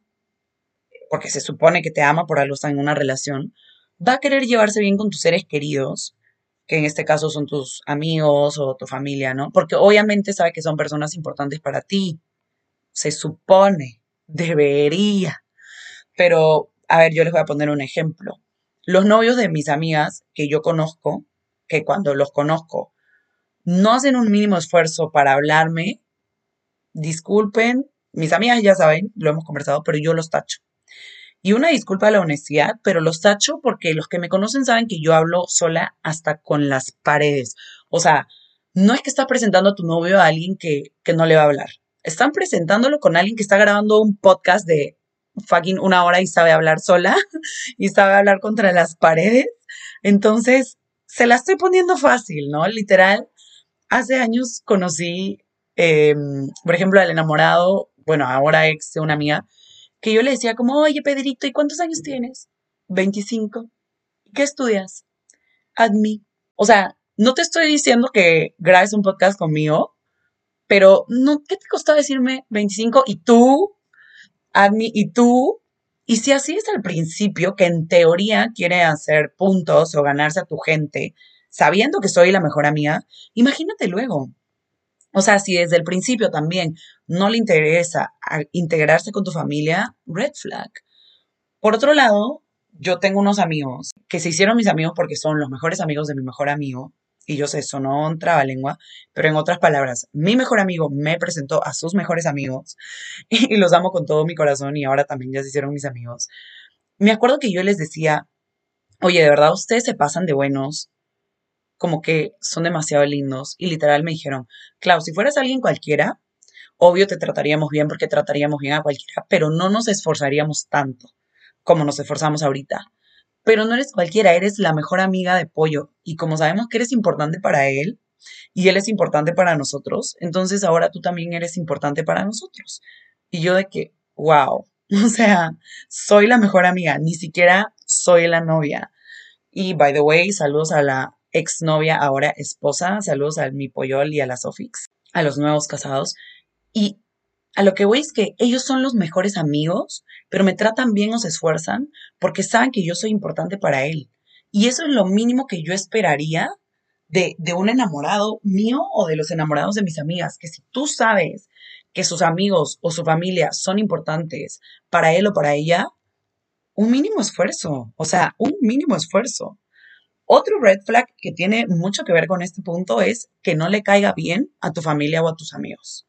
porque se supone que te ama por algo, está en una relación, va a querer llevarse bien con tus seres queridos, que en este caso son tus amigos o tu familia, ¿no? Porque obviamente sabe que son personas importantes para ti, se supone, debería. Pero, a ver, yo les voy a poner un ejemplo. Los novios de mis amigas que yo conozco, que cuando los conozco no hacen un mínimo esfuerzo para hablarme, disculpen, mis amigas ya saben, lo hemos conversado, pero yo los tacho. Y una disculpa a la honestidad, pero los tacho porque los que me conocen saben que yo hablo sola hasta con las paredes. O sea, no es que estás presentando a tu novio a alguien que, que no le va a hablar. Están presentándolo con alguien que está grabando un podcast de fucking una hora y sabe hablar sola y sabe hablar contra las paredes. Entonces, se la estoy poniendo fácil, ¿no? Literal, hace años conocí, eh, por ejemplo, al enamorado, bueno, ahora ex de una amiga, que yo le decía como, oye, Pedrito, ¿y cuántos años tienes? Veinticinco. ¿Qué estudias? Admi. O sea, no te estoy diciendo que grabes un podcast conmigo, pero no, ¿qué te costó decirme veinticinco y tú, Admi, y tú? Y si así es al principio, que en teoría quiere hacer puntos o ganarse a tu gente, sabiendo que soy la mejor amiga, imagínate luego. O sea, si desde el principio también no le interesa a- integrarse con tu familia, red flag. Por otro lado, yo tengo unos amigos que se hicieron mis amigos porque son los mejores amigos de mi mejor amigo. Y yo sé, sonó un trabalengua, pero en otras palabras, mi mejor amigo me presentó a sus mejores amigos y los amo con todo mi corazón y ahora también ya se hicieron mis amigos. Me acuerdo que yo les decía, oye, de verdad, ustedes se pasan de buenos, como que son demasiado lindos. Y literal me dijeron, Clau, si fueras alguien cualquiera, obvio te trataríamos bien porque trataríamos bien a cualquiera, pero no nos esforzaríamos tanto como nos esforzamos ahorita. Pero no eres cualquiera, eres la mejor amiga de Pollo. Y como sabemos que eres importante para él y él es importante para nosotros, entonces ahora tú también eres importante para nosotros. Y yo de que, wow, o sea, soy la mejor amiga, ni siquiera soy la novia. Y by the way, saludos a la exnovia, ahora esposa, saludos a mi Pollol y a la Sofix, a los nuevos casados. Y a lo que voy es que ellos son los mejores amigos, pero me tratan bien o se esfuerzan porque saben que yo soy importante para él. Y eso es lo mínimo que yo esperaría de, de un enamorado mío o de los enamorados de mis amigas, que si tú sabes que sus amigos o su familia son importantes para él o para ella, un mínimo esfuerzo, o sea, un mínimo esfuerzo. Otro red flag que tiene mucho que ver con este punto es que no le caiga bien a tu familia o a tus amigos.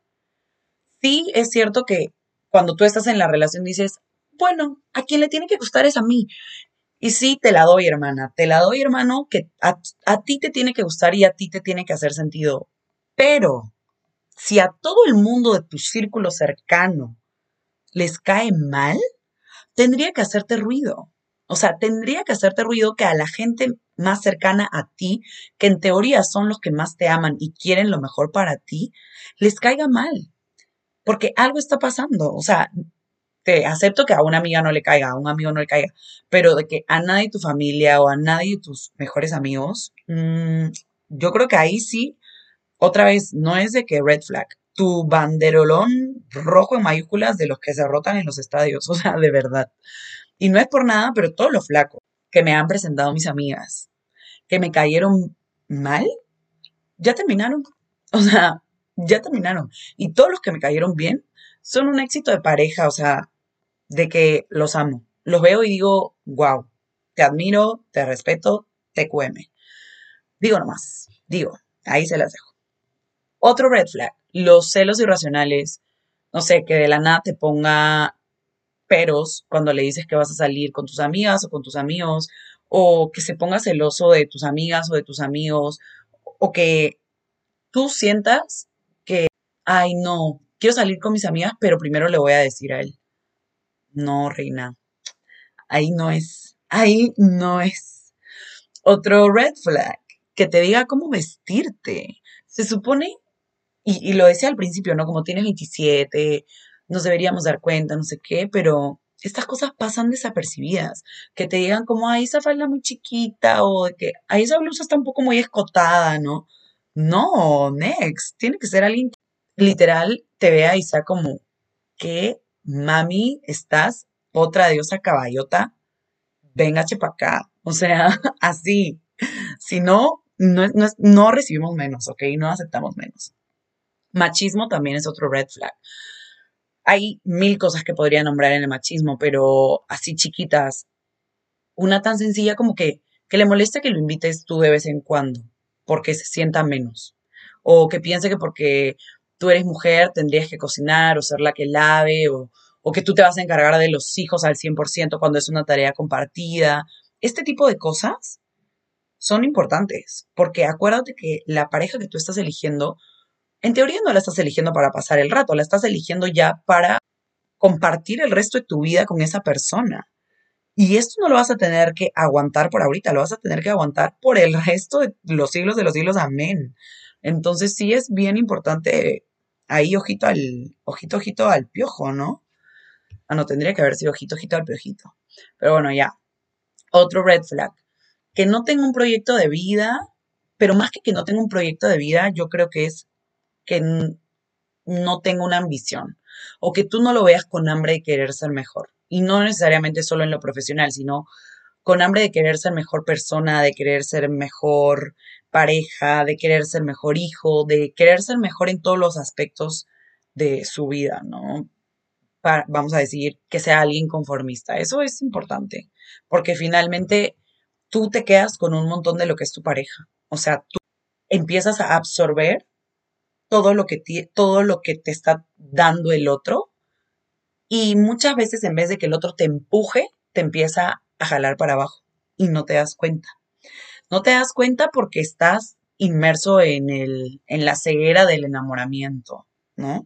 Sí, es cierto que cuando tú estás en la relación dices, bueno, a quien le tiene que gustar es a mí. Y sí, te la doy, hermana, te la doy, hermano, que a, a ti te tiene que gustar y a ti te tiene que hacer sentido. Pero si a todo el mundo de tu círculo cercano les cae mal, tendría que hacerte ruido. O sea, tendría que hacerte ruido que a la gente más cercana a ti, que en teoría son los que más te aman y quieren lo mejor para ti, les caiga mal. Porque algo está pasando. O sea, te acepto que a una amiga no le caiga, a un amigo no le caiga, pero de que a nadie de tu familia o a nadie de tus mejores amigos, mmm, yo creo que ahí sí, otra vez, no es de que red flag, tu banderolón rojo en mayúsculas de los que se rotan en los estadios, o sea, de verdad. Y no es por nada, pero todos los flacos que me han presentado mis amigas, que me cayeron mal, ya terminaron. O sea, ya terminaron. Y todos los que me cayeron bien son un éxito de pareja, o sea, de que los amo. Los veo y digo, wow, te admiro, te respeto, te cueme. Digo nomás, digo, ahí se las dejo. Otro red flag, los celos irracionales, no sé, que de la nada te ponga peros cuando le dices que vas a salir con tus amigas o con tus amigos, o que se ponga celoso de tus amigas o de tus amigos, o que tú sientas que, ay, no, quiero salir con mis amigas, pero primero le voy a decir a él. No, reina, ahí no es, ahí no es. Otro red flag, que te diga cómo vestirte. Se supone, y, y lo decía al principio, ¿no? Como tienes veintisiete, nos deberíamos dar cuenta, no sé qué, pero estas cosas pasan desapercibidas. Que te digan como, ay, esa falda muy chiquita, o de que, ay, esa blusa está un poco muy escotada, ¿no? No, next, tiene que ser alguien que literal te vea y sea como, ¿qué mami estás? Otra diosa caballota, véngase para acá. O sea, así. Si no, no, es- no, es- no recibimos menos, ¿ok? No aceptamos menos. Machismo también es otro red flag. Hay mil cosas que podría nombrar en el machismo, pero así chiquitas. Una tan sencilla como que, que le moleste que lo invites tú de vez en cuando, porque se sienta menos. O que piense que porque tú eres mujer tendrías que cocinar o ser la que lave, o, o que tú te vas a encargar de los hijos al cien por ciento cuando es una tarea compartida. Este tipo de cosas son importantes, porque acuérdate que la pareja que tú estás eligiendo, en teoría no la estás eligiendo para pasar el rato, la estás eligiendo ya para compartir el resto de tu vida con esa persona. Y esto no lo vas a tener que aguantar por ahorita, lo vas a tener que aguantar por el resto de los siglos de los siglos, amén. Entonces sí es bien importante ahí ojito al, ojito, ojito al piojo, ¿no? Ah, no, tendría que haber sido ojito, ojito al piojito. Pero bueno, ya. Otro red flag. Que no tenga un proyecto de vida, pero más que que no tenga un proyecto de vida, yo creo que es que n- no tenga una ambición o que tú no lo veas con hambre de querer ser mejor. Y no necesariamente solo en lo profesional, sino con hambre de querer ser mejor persona, de querer ser mejor pareja, de querer ser mejor hijo, de querer ser mejor en todos los aspectos de su vida, ¿no? Pa- vamos a decir que sea alguien conformista. Eso es importante, porque finalmente tú te quedas con un montón de lo que es tu pareja. O sea, tú empiezas a absorber todo lo que ti- todo lo que te está dando el otro y muchas veces en vez de que el otro te empuje, te empieza a jalar para abajo y no te das cuenta. No te das cuenta porque estás inmerso en el, en la ceguera del enamoramiento, ¿no?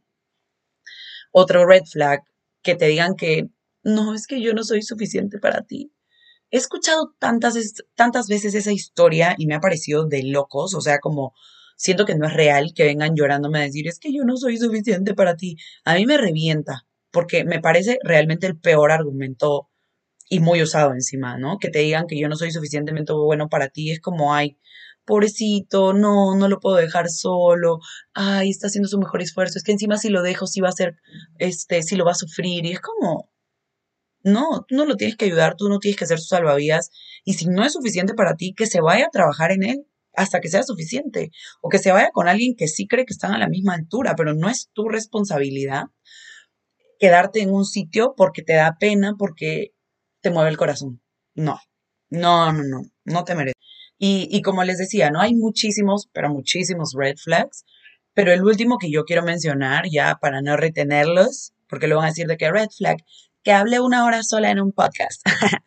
Otro red flag, que te digan que no, es que yo no soy suficiente para ti. He escuchado tantas, es- tantas veces esa historia y me ha parecido de locos, o sea, como siento que no es real que vengan llorándome a decir, es que yo no soy suficiente para ti. A mí me revienta, porque me parece realmente el peor argumento y muy usado encima, ¿no? Que te digan que yo no soy suficientemente bueno para ti, es como, ay, pobrecito, no, no lo puedo dejar solo, ay, está haciendo su mejor esfuerzo, es que encima si lo dejo, sí va a ser, este, sí lo va a sufrir, y es como, no, tú no lo tienes que ayudar, tú no tienes que ser su salvavidas, y si no es suficiente para ti, que se vaya a trabajar en él hasta que sea suficiente, o que se vaya con alguien que sí cree que están a la misma altura, pero no es tu responsabilidad quedarte en un sitio porque te da pena, porque te mueve el corazón. No, no, no, no, no te mereces. Y, y como les decía, ¿no? Hay muchísimos, pero muchísimos red flags, pero el último que yo quiero mencionar, ya para no retenerlos, porque lo van a decir de que red flag, que hable una hora sola en un podcast.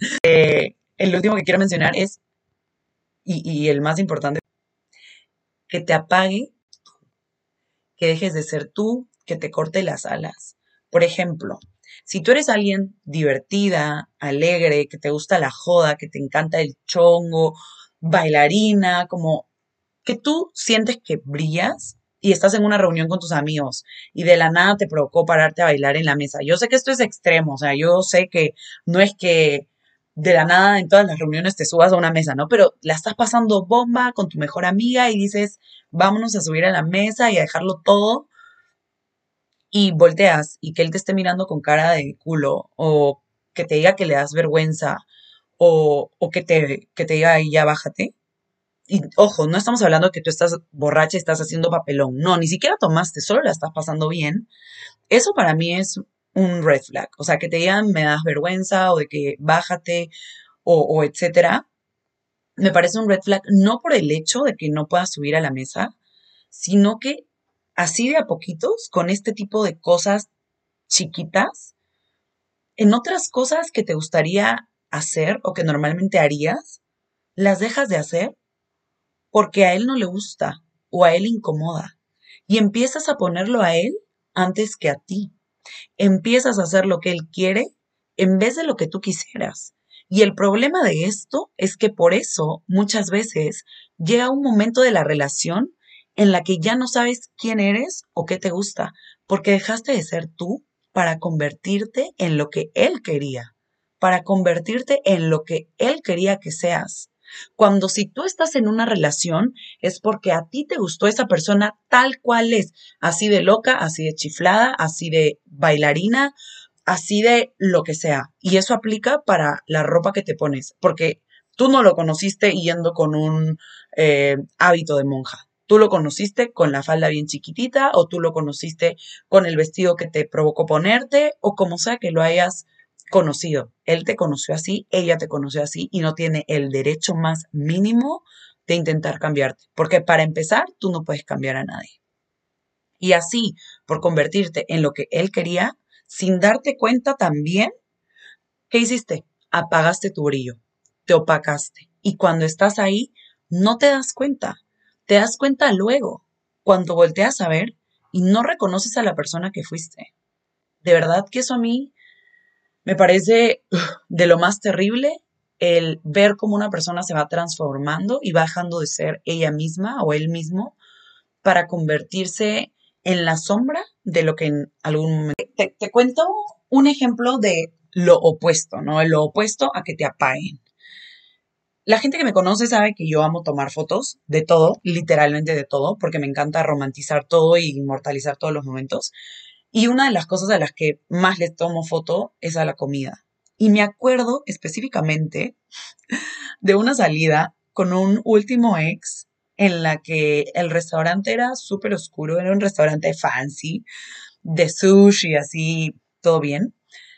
El último que quiero mencionar es, y, y el más importante, que te apague, que dejes de ser tú, que te corte las alas. Por ejemplo, si tú eres alguien divertida, alegre, que te gusta la joda, que te encanta el chongo, bailarina, como que tú sientes que brillas y estás en una reunión con tus amigos y de la nada te provocó pararte a bailar en la mesa. Yo sé que esto es extremo, o sea, yo sé que no es que de la nada en todas las reuniones te subas a una mesa, ¿no? Pero la estás pasando bomba con tu mejor amiga y dices, vámonos a subir a la mesa y a dejarlo todo y volteas y que él te esté mirando con cara de culo o que te diga que le das vergüenza o, o que te, que te diga, "Ay, ya bájate". Y ojo, no estamos hablando de que tú estás borracha y estás haciendo papelón. No, ni siquiera tomaste, solo la estás pasando bien. Eso para mí es un red flag. O sea, que te digan me das vergüenza o de que bájate o, o etcétera. Me parece un red flag no por el hecho de que no puedas subir a la mesa, sino que así de a poquitos, con este tipo de cosas chiquitas, en otras cosas que te gustaría hacer o que normalmente harías, las dejas de hacer porque a él no le gusta o a él incomoda. Y empiezas a ponerlo a él antes que a ti. Empiezas a hacer lo que él quiere en vez de lo que tú quisieras. Y el problema de esto es que por eso muchas veces llega un momento de la relación en la que ya no sabes quién eres o qué te gusta, porque dejaste de ser tú para convertirte en lo que él quería, para convertirte en lo que él quería que seas. Cuando si tú estás en una relación es porque a ti te gustó esa persona tal cual es, así de loca, así de chiflada, así de bailarina, así de lo que sea. Y eso aplica para la ropa que te pones, porque tú no lo conociste yendo con un eh, hábito de monja. Tú lo conociste con la falda bien chiquitita o tú lo conociste con el vestido que te provocó ponerte o como sea que lo hayas conocido. Él te conoció así, ella te conoció así y no tiene el derecho más mínimo de intentar cambiarte. Porque para empezar, tú no puedes cambiar a nadie. Y así, por convertirte en lo que él quería, sin darte cuenta también, ¿qué hiciste? Apagaste tu brillo, te opacaste. Y cuando estás ahí, no te das cuenta. Te das cuenta luego, cuando volteas a ver y no reconoces a la persona que fuiste. De verdad que eso a mí me parece ugh, de lo más terrible el ver cómo una persona se va transformando y va dejando de ser ella misma o él mismo para convertirse en la sombra de lo que en algún momento... Te, te cuento un ejemplo de lo opuesto, ¿no? Lo opuesto a que te apaguen. La gente que me conoce sabe que yo amo tomar fotos de todo, literalmente de todo, porque me encanta romantizar todo y inmortalizar todos los momentos. Y una de las cosas a las que más les tomo foto es a la comida. Y me acuerdo específicamente de una salida con un último ex en la que el restaurante era súper oscuro, era un restaurante fancy, de sushi, así, todo bien.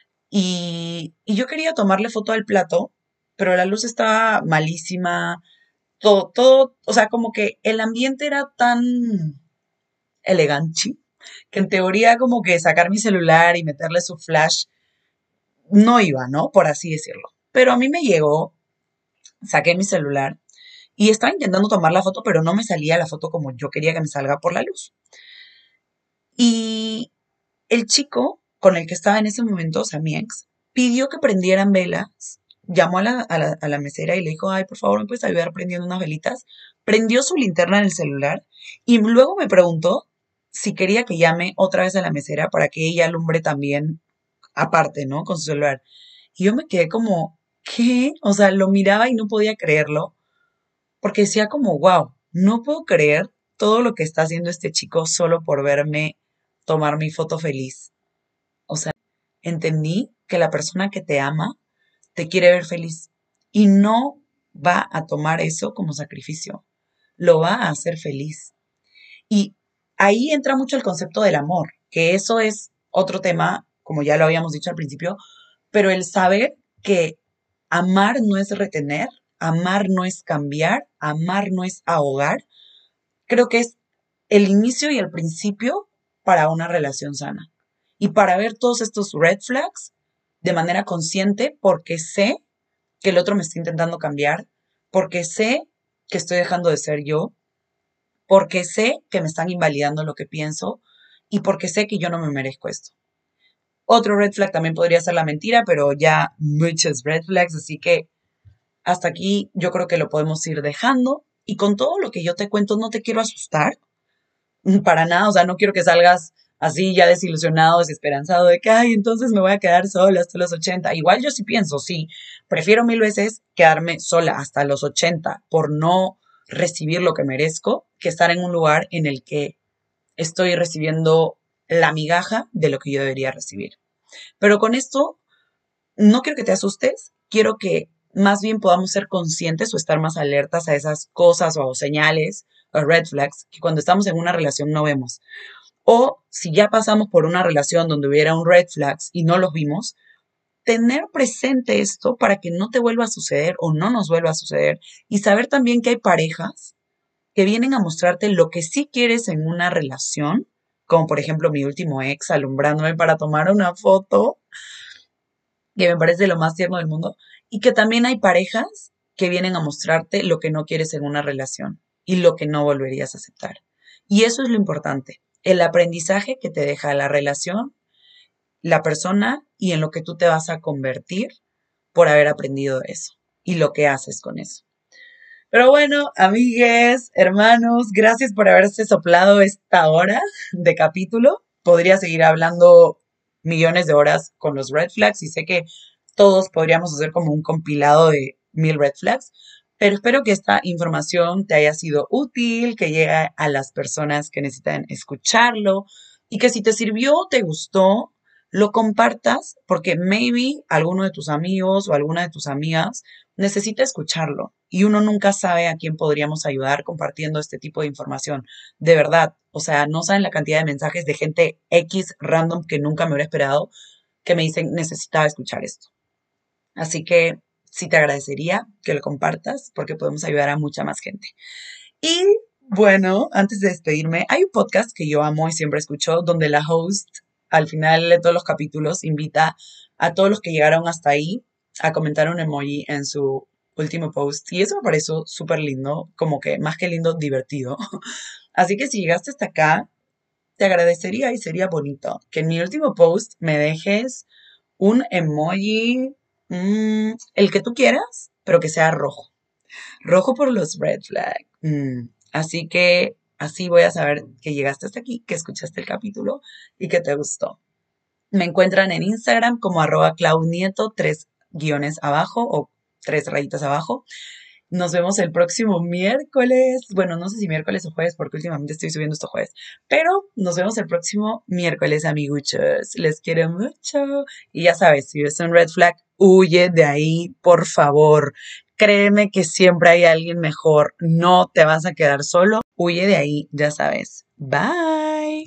Y, y yo quería tomarle foto al plato, pero la luz estaba malísima, todo, todo, o sea, como que el ambiente era tan elegante que en teoría como que sacar mi celular y meterle su flash no iba, ¿no? Por así decirlo. Pero a mí me llegó, saqué mi celular y estaba intentando tomar la foto, pero no me salía la foto como yo quería que me salga por la luz. Y el chico con el que estaba en ese momento, o sea, mi ex, pidió que prendieran velas, llamó a la, a la, a la mesera y le dijo, ay, por favor, ¿me puedes ayudar prendiendo unas velitas? Prendió su linterna en el celular y luego me preguntó si quería que llame otra vez a la mesera para que ella alumbre también aparte, ¿no? Con su celular. Y yo me quedé como, ¿qué? O sea, lo miraba y no podía creerlo, porque decía como, wow, no puedo creer todo lo que está haciendo este chico solo por verme tomar mi foto feliz. O sea, entendí que la persona que te ama te quiere ver feliz y no va a tomar eso como sacrificio, lo va a hacer feliz. Y ahí entra mucho el concepto del amor, que eso es otro tema, como ya lo habíamos dicho al principio, pero el saber que amar no es retener, amar no es cambiar, amar no es ahogar, creo que es el inicio y el principio para una relación sana. Y para ver todos estos red flags de manera consciente, porque sé que el otro me está intentando cambiar, porque sé que estoy dejando de ser yo, porque sé que me están invalidando lo que pienso y porque sé que yo no me merezco esto. Otro red flag también podría ser la mentira, pero ya muchos red flags, así que hasta aquí yo creo que lo podemos ir dejando. Y con todo lo que yo te cuento, no te quiero asustar, para nada, o sea, no quiero que salgas así ya desilusionado, desesperanzado de que, ay, entonces me voy a quedar sola hasta los ochenta. Igual yo sí pienso, sí, prefiero mil veces quedarme sola hasta los ochenta por no recibir lo que merezco que estar en un lugar en el que estoy recibiendo la migaja de lo que yo debería recibir. Pero con esto, no quiero que te asustes, quiero que más bien podamos ser conscientes o estar más alertas a esas cosas o señales o red flags que cuando estamos en una relación no vemos. O si ya pasamos por una relación donde hubiera un red flags y no los vimos, tener presente esto para que no te vuelva a suceder o no nos vuelva a suceder y saber también que hay parejas que vienen a mostrarte lo que sí quieres en una relación, como por ejemplo mi último ex alumbrándome para tomar una foto, que me parece lo más tierno del mundo, y que también hay parejas que vienen a mostrarte lo que no quieres en una relación y lo que no volverías a aceptar. Y eso es lo importante, el aprendizaje que te deja la relación, la persona y en lo que tú te vas a convertir por haber aprendido eso y lo que haces con eso. Pero bueno, amigues, hermanos, gracias por haberse soplado esta hora de capítulo. Podría seguir hablando millones de horas con los red flags y sé que todos podríamos hacer como un compilado de mil red flags, pero espero que esta información te haya sido útil, que llegue a las personas que necesitan escucharlo y que si te sirvió, te gustó, lo compartas porque maybe alguno de tus amigos o alguna de tus amigas necesita escucharlo y uno nunca sabe a quién podríamos ayudar compartiendo este tipo de información. De verdad, o sea, no saben la cantidad de mensajes de gente X random que nunca me hubiera esperado que me dicen necesitaba escuchar esto. Así que sí te agradecería que lo compartas porque podemos ayudar a mucha más gente. Y bueno, antes de despedirme, hay un podcast que yo amo y siempre escucho donde la host al final de todos los capítulos invita a todos los que llegaron hasta ahí a comentar un emoji en su último post. Y eso me pareció súper lindo, como que más que lindo, divertido. Así que si llegaste hasta acá, te agradecería y sería bonito que en mi último post me dejes un emoji, mmm, el que tú quieras, pero que sea rojo. Rojo por los red flags. Mm. Así que así voy a saber que llegaste hasta aquí, que escuchaste el capítulo y que te gustó. Me encuentran en Instagram como arroba claunieto, tres guiones abajo o tres rayitas abajo. Nos vemos el próximo miércoles. Bueno, no sé si miércoles o jueves porque últimamente estoy subiendo esto jueves. Pero nos vemos el próximo miércoles, amiguchos. Les quiero mucho. Y ya sabes, si ves un red flag, huye de ahí, por favor. Créeme que siempre hay alguien mejor. No te vas a quedar solo. Huye de ahí, ya sabes. Bye.